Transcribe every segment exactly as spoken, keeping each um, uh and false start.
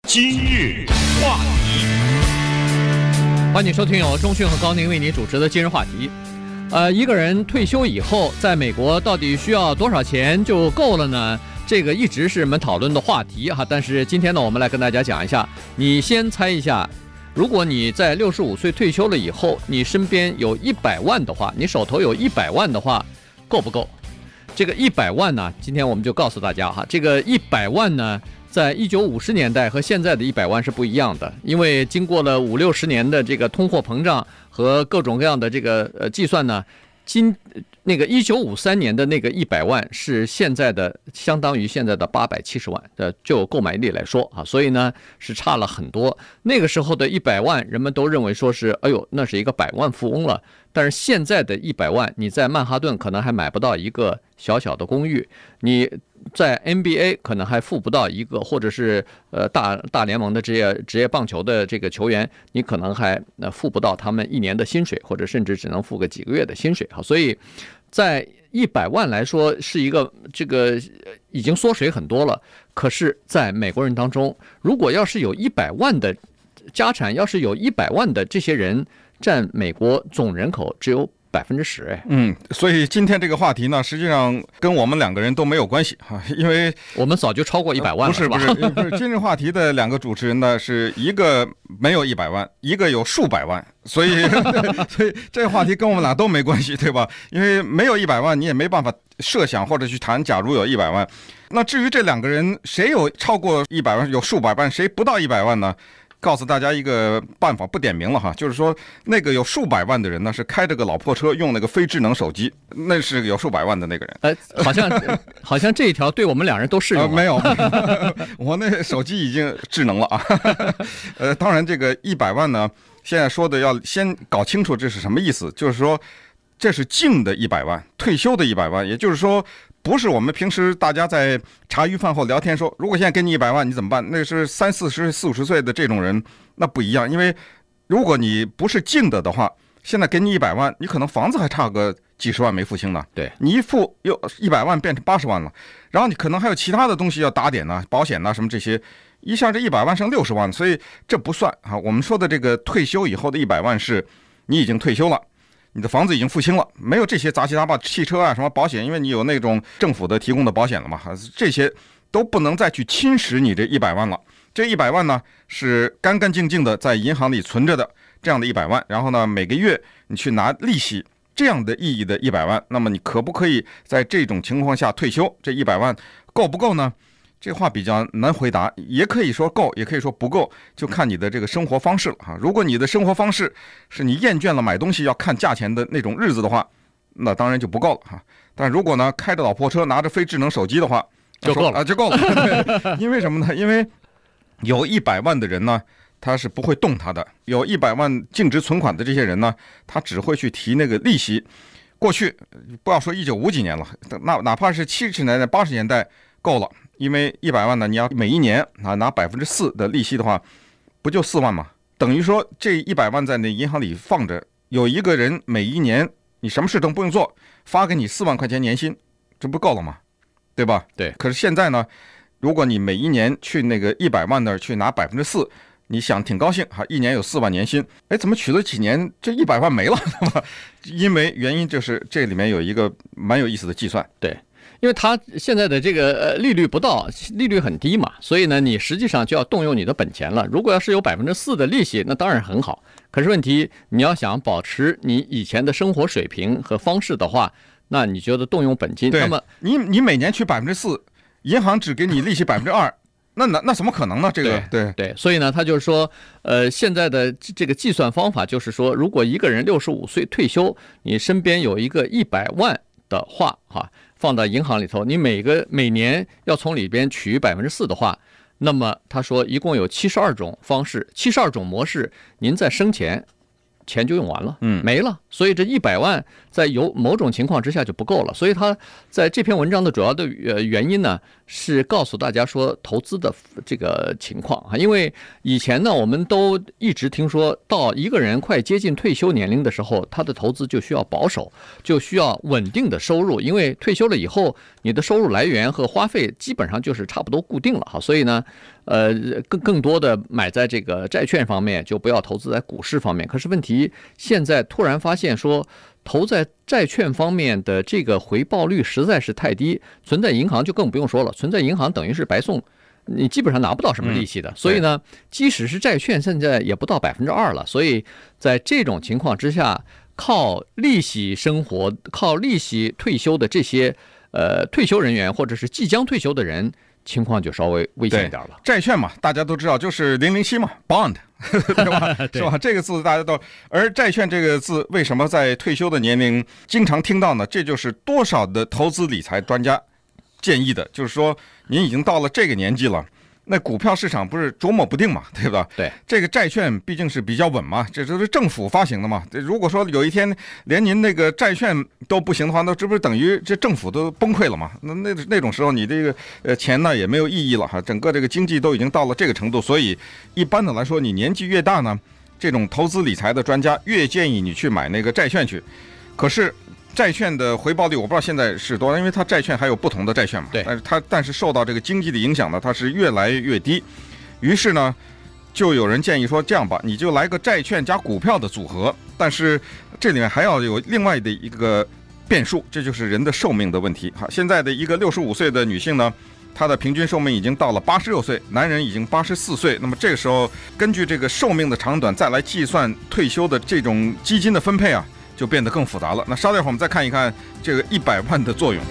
今日话题， 欢迎收听由钟讯和高宁为你主持的今日话题。呃，一个人退休以后，在美国到底需要多少钱就够了呢？这个一直是我们讨论的话题哈。但是今天呢，我们来跟大家讲一下，你先猜一下，如果你在六十五岁退休了以后，你身边有一百万的话，你手头有一百万的话，够不够？这个一百万呢，今天我们就告诉大家哈，这个一百万呢，在一九五十年代和现在的一百万是不一样的，因为经过了五六十年的这个通货膨胀和各种各样的这个呃计算呢，今那个一九五三年的那个一百万是现在的相当于现在的八百七十万，呃，就购买力来说啊，所以呢是差了很多。那个时候的一百万，人们都认为说是，哎呦，那是一个百万富翁了。但是现在的一百万，你在曼哈顿可能还买不到一个小小的公寓，你在 N B A 可能还付不到一个，或者是呃大大联盟的职业职业棒球的这个球员，你可能还呃付不到他们一年的薪水，或者甚至只能付个几个月的薪水哈。所以，在一百万来说是一个这个已经缩水很多了。可是，在美国人当中，如果要是有一百万的家产，要是有一百万的这些人，占美国总人口只有百分之十，哎， 嗯，所以今天这个话题呢，实际上跟我们两个人都没有关系哈，因为我们早就超过一百万了， 不是不是不是，今日话题的两个主持人呢，是一个没有一百万，一个有数百万，所以所以这个话题跟我们俩都没关系，对吧？因为没有一百万，你也没办法设想或者去谈，假如有一百万。那至于这两个人谁有超过一百万，有数百万，谁不到一百万呢？告诉大家一个办法，不点名了哈，就是说那个有数百万的人呢，是开着个老破车，用那个非智能手机，那是有数百万的那个人。 呃，好像好像这一条对我们两人都适用、呃。 没有，我那手机已经智能了啊。呃，当然这个一百万呢，现在说的要先搞清楚这是什么意思，就是说这是净的一百万，退休的一百万，也就是说。不是我们平时大家在茶余饭后聊天说，如果现在给你一百万你怎么办？那是三四十、四五十岁的这种人，那不一样。因为如果你不是净的的话，现在给你一百万，你可能房子还差个几十万没付清呢。 对， 你一付又一百万变成八十万了，然后你可能还有其他的东西要打点呢，保险呐、啊、什么这些，一下这一百万剩六十万，所以这不算啊。我们说的这个退休以后的一百万是你已经退休了。你的房子已经付清了，没有这些杂七杂八汽车啊什么保险，因为你有那种政府的提供的保险了嘛，这些都不能再去侵蚀你这一百万了。这一百万呢是干干净净的在银行里存着的这样的一百万，然后呢每个月你去拿利息，这样的意义的一百万，那么你可不可以在这种情况下退休？这一百万够不够呢？这话比较难回答，也可以说够，也可以说不够，就看你的这个生活方式了哈。如果你的生活方式是你厌倦了买东西要看价钱的那种日子的话，那当然就不够了哈。但如果呢开着老破车拿着非智能手机的话， 就够了啊，就够了。因为什么呢？因为有一百万的人呢，他是不会动他的；有一百万净值存款的这些人呢，他只会去提那个利息。过去不要说一九五几年了，那哪怕是七十年代、八十年代够了。因为一百万呢，你要每一年啊拿百分之四的利息的话，不就四万吗？等于说这一百万在那银行里放着，有一个人每一年你什么事都不用做，发给你四万块钱年薪，这不够了吗？对吧？ 对。 可是现在呢，如果你每一年去那个一百万那儿去拿百分之四，你想挺高兴哈，一年有四万年薪，哎，怎么取了几年这一百万没了？因为原因就是这里面有一个蛮有意思的计算， 对。因为它现在的这个呃利率不到，利率很低嘛，所以呢，你实际上就要动用你的本钱了。如果要是有百分之四的利息，那当然很好。可是问题，你要想保持你以前的生活水平和方式的话，那你就得动用本金。 对， 那么你你每年取百分之四，银行只给你利息百分之二，那那那怎么可能呢？这个对 对, 对，所以呢，他就是说，呃，现在的这个计算方法就是说，如果一个人六十五岁退休，你身边有一个一百万的话，哈。放到银行里头，你每个每年要从里边取百分之四的话，那么他说一共有七十二种方式，七十二种模式，您在生前钱就用完了， 嗯， 没了。所以这一百万在有某种情况之下就不够了。所以他在这篇文章的主要的呃原因呢， 是告诉大家说投资的这个情况啊，因为以前呢，我们都一直听说到一个人快接近退休年龄的时候，他的投资就需要保守，就需要稳定的收入，因为退休了以后，你的收入来源和花费基本上就是差不多固定了哈，所以呢，呃，更更多的买在这个债券方面，就不要投资在股市方面。可是问题现在突然发现说，投在债券方面的这个回报率实在是太低，存在银行就更不用说了，存在银行等于是白送，你基本上拿不到什么利息的。所以呢，即使是债券，现在也不到百分之二了。所以在这种情况之下，靠利息生活、靠利息退休的这些呃退休人员或者是即将退休的人，情况就稍微危险一点了。 债券嘛，大家都知道就是零零七嘛 ，bond。对吧？是吧？这个字大家都，而债券这个字为什么在退休的年龄经常听到呢？这就是多少的投资理财专家建议的，就是说您已经到了这个年纪了，那股票市场不是捉摸不定嘛，对吧？ 对， 这个债券毕竟是比较稳嘛，这都是政府发行的嘛。如果说有一天连您那个债券都不行的话，那这不是等于这政府都崩溃了嘛？那那那种时候，你这个呃钱呢也没有意义了哈，整个这个经济都已经到了这个程度，所以一般的来说，你年纪越大呢，这种投资理财的专家越建议你去买那个债券去。可是债券的回报率我不知道现在是多少，因为它债券还有不同的债券嘛。 对。 但是它但是受到这个经济的影响呢，它是越来越低。于是呢，就有人建议说，这样吧，你就来个债券加股票的组合。但是这里面还要有另外的一个变数，这就是人的寿命的问题。好，现在的一个六十五岁的女性呢，她的平均寿命已经到了八十六岁，男人已经八十四岁。那么这个时候，根据这个寿命的长短再来计算退休的这种基金的分配啊，就变得更复杂了。那稍待会儿我们再看一看这个一百万的作用。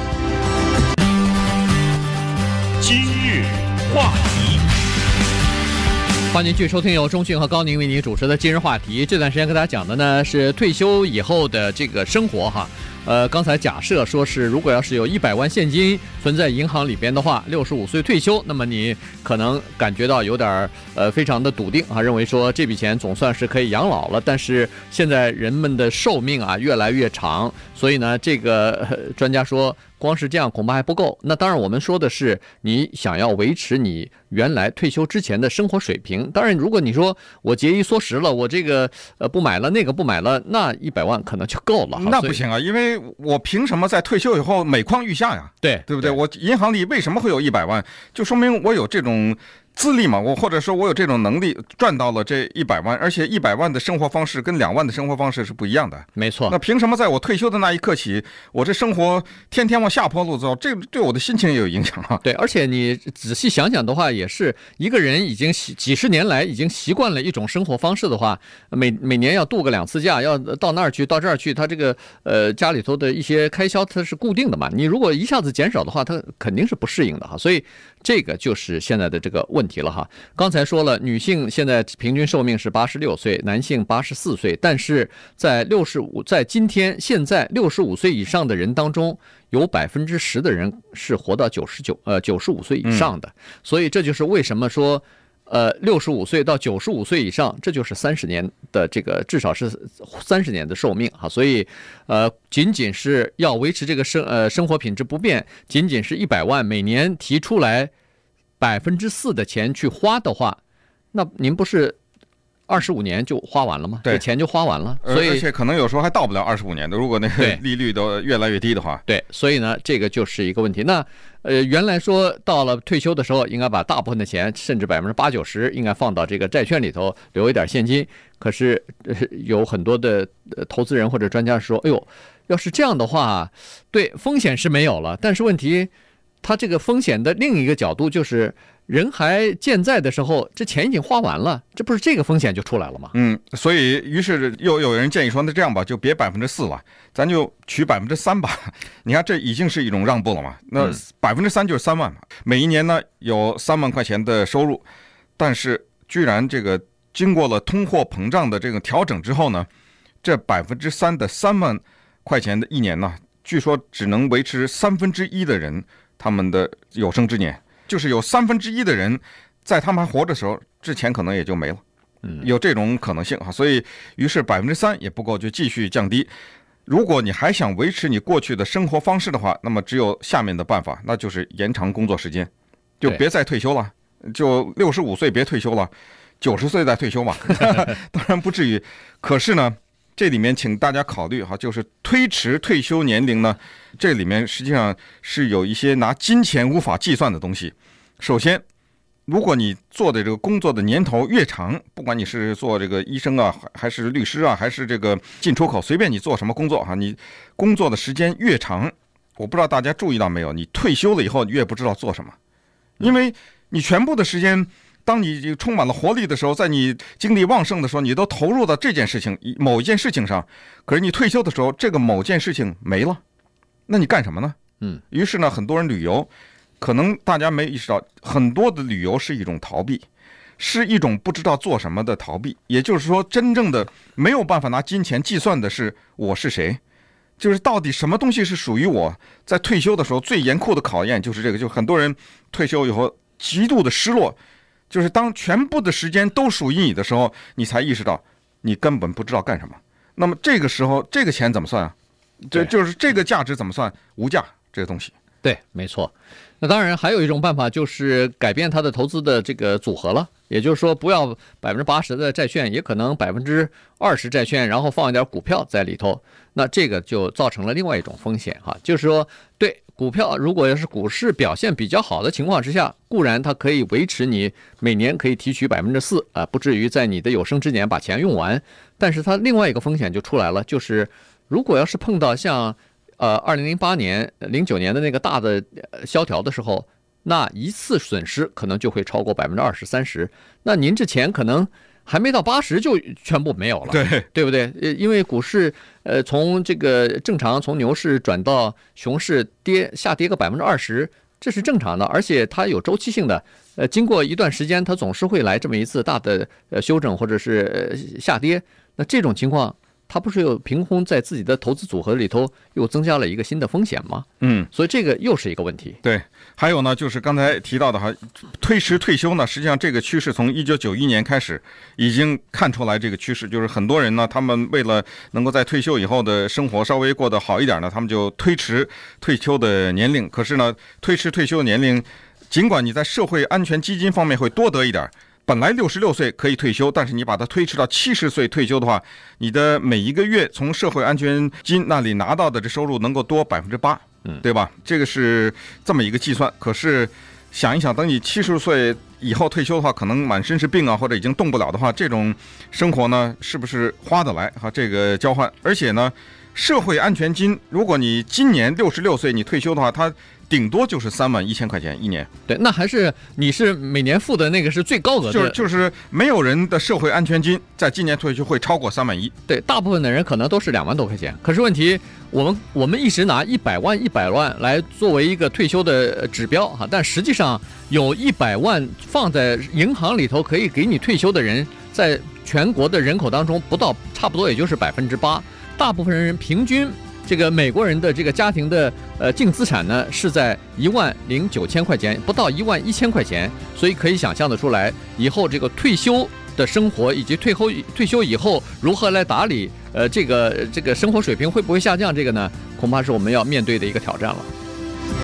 今日话题， 欢迎继续收听由钟迅和高宁为你主持的今日话题。这段时间跟大家讲的呢是退休以后的这个生活哈。呃，刚才假设说是，如果要是有一百万现金存在银行里边的话，六十五岁退休，那么你可能感觉到有点呃非常的笃定啊，认为说这笔钱总算是可以养老了。但是现在人们的寿命啊越来越长，所以呢，这个、呃、专家说，光是这样恐怕还不够。那当然，我们说的是你想要维持你原来退休之前的生活水平。当然，如果你说我节衣缩食了，我这个呃不买了，那个不买了，那一百万可能就够了。 那不行啊，因为我凭什么在退休以后每况愈下呀？ 对， 对不对？我银行里为什么会有一百万？就说明我有这种资历嘛，我或者说我有这种能力赚到了这一百万，而且一百万的生活方式跟两万的生活方式是不一样的。 没错。 那凭什么在我退休的那一刻起，我这生活天天往下坡路走？这对我的心情也有影响啊。 对，而且你仔细想想的话，也是一个人已经几十年来已经习惯了一种生活方式的话，每每年要度个两次假，要到那儿去，到这儿去，他这个呃家里头的一些开销它是固定的嘛。你如果一下子减少的话，他肯定是不适应的哈。所以这个就是现在的这个问题了哈。刚才说了，女性现在平均寿命是八十六岁，男性八十四岁，但是在六十五，在今天现在六十五岁以上的人当中，有百分之十的人是活到九十九呃九十五岁以上的，所以这就是为什么说。呃，六十五岁到九十五岁以上，这就是三十年的这个，至少是三十年的寿命哈。所以，呃，仅仅是要维持这个生呃生活品质不变，仅仅是一百万每年提出来百分之四的钱去花的话，那您不是二十五年就花完了吗？ 对， 这钱就花完了。所以而且可能有时候还到不了二十五年的，如果那个利率都越来越低的话。 对，所以呢，这个就是一个问题。那呃，原来说到了退休的时候，应该把大部分的钱，甚至百分之八九十，应该放到这个债券里头，留一点现金。可是、呃、有很多的投资人或者专家说，哎呦，要是这样的话，对，风险是没有了，但是问题，它这个风险的另一个角度就是。人还健在的时候，这钱已经花完了，这不是这个风险就出来了吗？ 嗯，所以于是又有人建议说，那这样吧，就别百分之四了，咱就取百分之三吧。你看，这已经是一种让步了嘛。那百分之三就是三万嘛，每一年呢有三万块钱的收入，但是居然这个经过了通货膨胀的这个调整之后呢，这百分之三的三万块钱的一年呢，据说只能维持三分之一的人他们的有生之年。就是有三分之一的人，在他们还活着的时候，这钱可能也就没了，有这种可能性哈。所以，于是百分之三也不够，就继续降低。 如果你还想维持你过去的生活方式的话，那么只有下面的办法，那就是延长工作时间，就别再退休了，就六十五岁别退休了，九十岁再退休嘛。当然不至于，可是呢，这里面请大家考虑哈，就是推迟退休年龄呢，这里面实际上是有一些拿金钱无法计算的东西。首先，如果你做的这个工作的年头越长，不管你是做这个医生啊，还是律师啊，还是这个进出口，随便你做什么工作哈，你工作的时间越长，我不知道大家注意到没有，你退休了以后你越不知道做什么，因为你全部的时间，当你充满了活力的时候，在你精力旺盛的时候，你都投入到这件事情某一件事情上，可是你退休的时候，这个某件事情没了，那你干什么呢？ 嗯， 于是呢，很多人旅游。可能大家没意识到，很多的旅游是一种逃避，是一种不知道做什么的逃避。也就是说，真正的没有办法拿金钱计算的是我是谁，就是到底什么东西是属于我。在退休的时候，最严酷的考验就是这个。就很多人退休以后极度的失落，就是当全部的时间都属于你的时候，你才意识到你根本不知道干什么。那么这个时候，这个钱怎么算啊？这就是这个价值怎么算？无价这个东西。 对，没错。那当然还有一种办法，就是改变它的投资的这个组合了。也就是说，不要百分之八十的债券，也可能百分之二十债券，然后放一点股票在里头。那这个就造成了另外一种风险哈，就是说，对股票，如果要是股市表现比较好的情况之下，固然它可以维持你每年可以提取百分之四啊，不至于在你的有生之年把钱用完。但是它另外一个风险就出来了，就是如果要是碰到像呃，二零零八年、零九年的那个大的萧条的时候，那一次损失可能就会超过百分之二十、三十。那您这钱可能还没到八十就全部没有了， 对对不对？因为股市呃从这个正常从牛市转到熊市跌下跌个百分之二十，这是正常的，而且它有周期性的。呃，经过一段时间，它总是会来这么一次大的呃修正或者是下跌。那这种情况，它不是又凭空在自己的投资组合里头又增加了一个新的风险吗？ 嗯， 所以这个又是一个问题。 对，还有呢，就是刚才提到的哈，推迟退休呢，实际上这个趋势从一九九一年开始已经看出来，这个趋势就是很多人呢，他们为了能够在退休以后的生活稍微过得好一点呢，他们就推迟退休的年龄。可是呢，推迟退休年龄，尽管你在社会安全基金方面会多得一点。本来六十六岁可以退休，但是你把它推迟到七十岁退休的话，你的每一个月从社会安全金那里拿到的这收入能够多百分之八，对吧？这个是这么一个计算。可是想一想，等你七十岁以后退休的话，可能满身是病啊，或者已经动不了的话，这种生活呢，是不是花得来哈？这个交换，而且呢，社会安全金，如果你今年六十六岁你退休的话，它顶多就是三万一千块钱一年。 对，那还是你是每年付的那个是最高额的， 就是就是没有人的社会安全金在今年退休会超过三万一。 对，大部分的人可能都是两万多块钱。可是问题，我们我们一直拿一百万一百万来作为一个退休的指标哈，但实际上有一百万放在银行里头可以给你退休的人，在全国的人口当中不到，差不多也就是百分之八。大部分人平均。这个美国人的这个家庭的呃净资产呢是在一万零九千块钱，不到一万一千块钱，所以可以想象得出来，以后这个退休的生活以及退后退休以后如何来打理呃这个这个生活水平会不会下降，这个呢恐怕是我们要面对的一个挑战了。